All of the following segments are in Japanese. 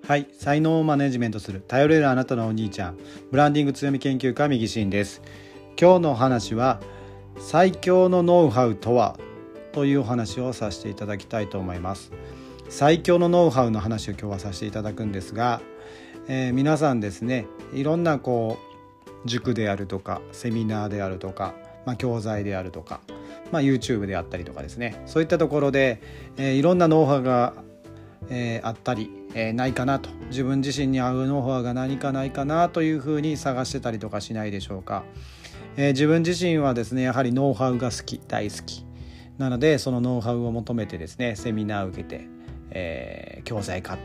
はい、才能をマネジメントする頼れるあなたのお兄ちゃん、ブランディング強み研究家右進です。今日のお話は最強のノウハウとはというお話をさせていただきたいと思います。最強のノウハウの話を今日はさせていただくんですが、皆さんですね、いろんな塾であるとかセミナーであるとか、教材であるとか、YouTube であったりとかですね、そういったところで、いろんなノウハウがあったり、ないかなと、自分自身に合うノウハウが何かないかなというふうに探してたりとかしないでしょうか。自分自身はですね、やはりノウハウが大好きなので、そのノウハウを求めてですね、セミナーを受けて、教材買って、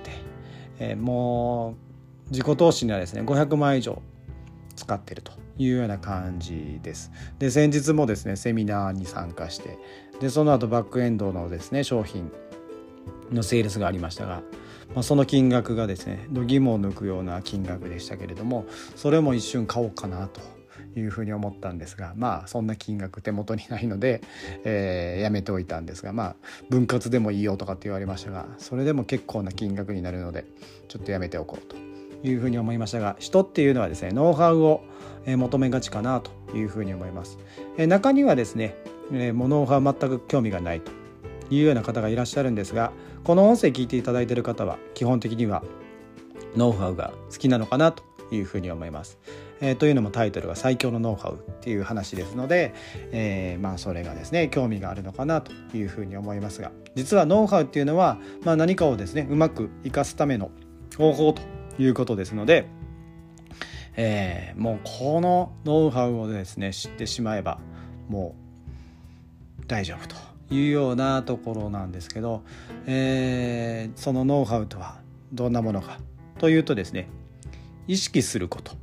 もう自己投資にはですね500万以上使っているというような感じです。で、先日もですねセミナーに参加して、でその後バックエンドのですね商品のセールスがありましたが、その金額がですね度肝を抜くような金額でしたけれども、それも一瞬買おうかなというふうに思ったんですが、そんな金額手元にないので、やめておいたんですが、分割でもいいよとかって言われましたが、それでも結構な金額になるのでちょっとやめておこうというふうに思いましたが、人っていうのはですねノウハウを求めがちかなというふうに思います。中にはですねもうノウハウ全く興味がないというような方がいらっしゃるんですが、この音声聞いていただいている方は基本的にはノウハウが好きなのかなというふうに思います。というのもタイトルが最強のノウハウっていう話ですので、それがですね興味があるのかなというふうに思いますが、実はノウハウっていうのは、何かをですねうまく活かすための方法ということですので、もうこのノウハウをですね知ってしまえばもう大丈夫というようなところなんですけど、そのノウハウとはどんなものかというとですね、意識すること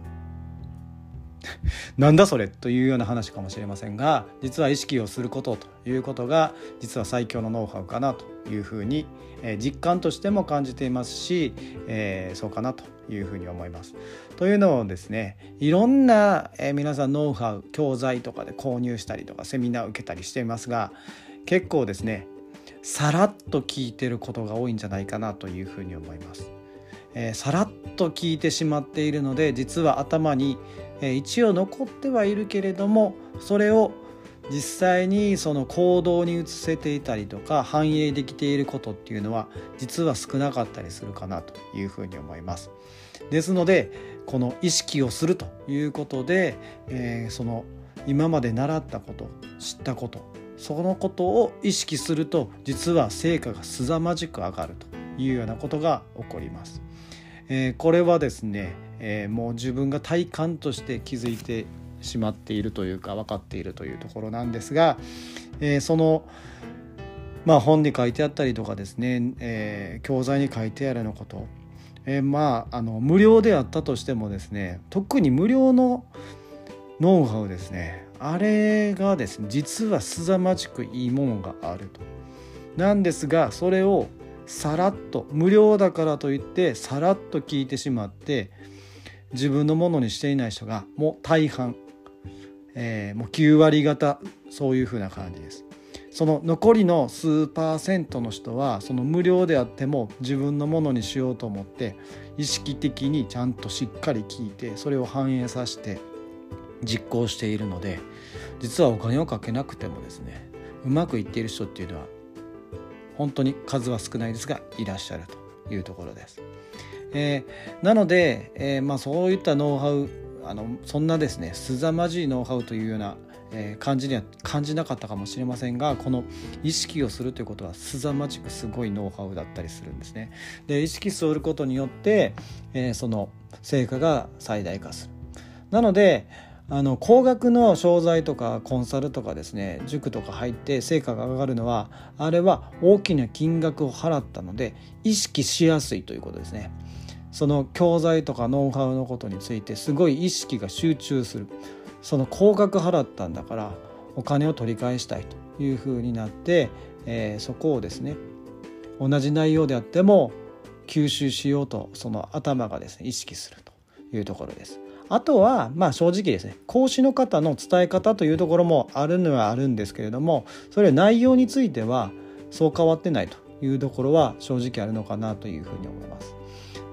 なんだそれというような話かもしれませんが、実は意識をすることということが実は最強のノウハウかなというふうに実感としても感じていますし、そうかなというふうに思います。というのをですね、いろんな皆さんノウハウ教材とかで購入したりとかセミナーを受けたりしていますが、結構ですねさらっと聞いてることが多いんじゃないかなというふうに思います。さらっと聞いてしまっているので、実は頭に一応残ってはいるけれども、それを実際にその行動に移せていたりとか反映できていることっていうのは実は少なかったりするかなというふうに思います。ですので、この意識をするということで、その今まで習ったこと、知ったこと、そのことを意識すると実は成果が凄まじく上がるというようなことが起こります。これはですね、もう自分が体感として気づいてしまっているというか分かっているというところなんですが、その本に書いてあったりとかですね、教材に書いてあるのこと、無料であったとしてもですね、特に無料のノウハウですね、あれがですね実は凄まじくいいものがあると。なんですが、それをさらっと無料だからといってさらっと聞いてしまって自分のものにしていない人がもう大半、もう9割方そういう風な感じです。その残りの数%の人はその無料であっても自分のものにしようと思って意識的にちゃんとしっかり聞いて、それを反映させて実行しているので、実はお金をかけなくてもですねうまくいっている人っていうのは本当に数は少ないですがいらっしゃるというところです。なので、そういったノウハウ、そんなですね凄まじいノウハウというような、感じには感じなかったかもしれませんが、この意識をするということは凄まじくすごいノウハウだったりするんですね。で、意識することによって、その成果が最大化する。なので高額の商材とかコンサルとかですね塾とか入って成果が上がるのは、あれは大きな金額を払ったので意識しやすいということですね。その教材とかノウハウのことについてすごい意識が集中する。その高額払ったんだからお金を取り返したいというふうになって、そこをですね同じ内容であっても吸収しようとその頭がですね意識するというところです。あとは正直ですね、講師の方の伝え方というところもあるのはあるんですけれども、それは内容についてはそう変わってないというところは正直あるのかなというふうに思います。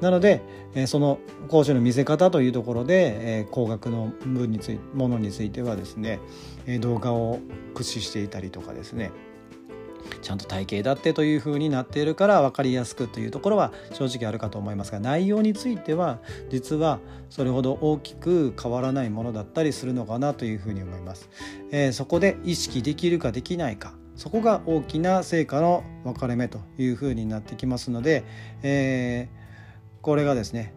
なのでその講師の見せ方というところで高額のものについてはですね動画を駆使していたりとかですね、ちゃんと体系だってという風になっているから分かりやすくというところは正直あるかと思いますが、内容については実はそれほど大きく変わらないものだったりするのかなというふうに思います。そこで意識できるかできないか、そこが大きな成果の分かれ目というふうになってきますので、これがですね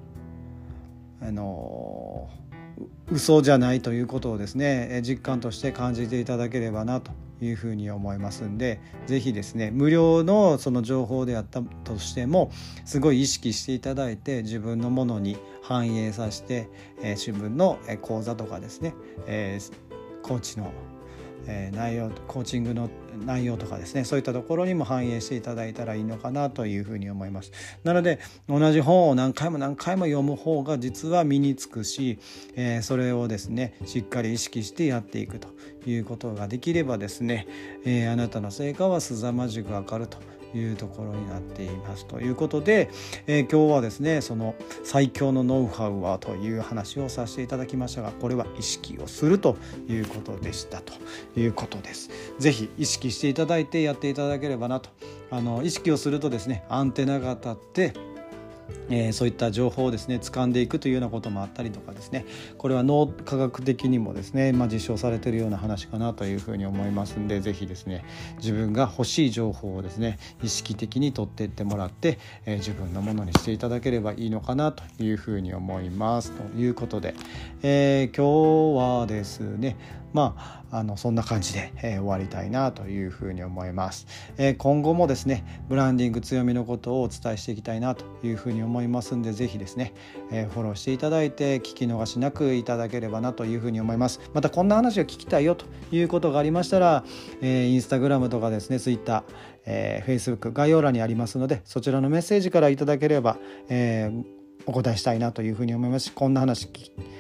嘘じゃないということをですね実感として感じていただければなというふうに思いますんで、ぜひですね無料のその情報であったとしてもすごい意識していただいて自分のものに反映させて、自分の講座とかですね、コーチの内容、コーチングの内容とかですね、そういったところにも反映していただいたらいいのかなというふうに思います。なので同じ本を何回も読む方が実は身につくし、それをですねしっかり意識してやっていくということができればですね、あなたの成果は凄まじく上がるというところになっていますということで、今日はですねその最強のノウハウはという話をさせていただきましたが、これは意識をするということでしたということです。ぜひ意識していただいてやっていただければなと。意識をするとですねアンテナが立ってそういった情報をですね掴んでいくというようなこともあったりとかですね、これは脳科学的にもですね、実証されているような話かなというふうに思いますんで、ぜひですね自分が欲しい情報をですね意識的に取っていってもらって、自分のものにしていただければいいのかなというふうに思いますということで、今日はですねそんな感じで、終わりたいなというふうに思います。今後もですねブランディング強みのことをお伝えしていきたいなというふうに思いますんで、ぜひですね、フォローしていただいて聞き逃しなくいただければなというふうに思います。またこんな話が聞きたいよということがありましたら、インスタグラムとかですねツイッター、Facebook 概要欄にありますので、そちらのメッセージからいただければ、お答えしたいなというふうに思いますし、こんな話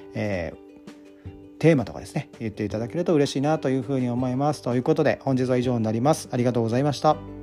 テーマとかですね言っていただけると嬉しいなというふうに思いますということで、本日は以上になります。ありがとうございました。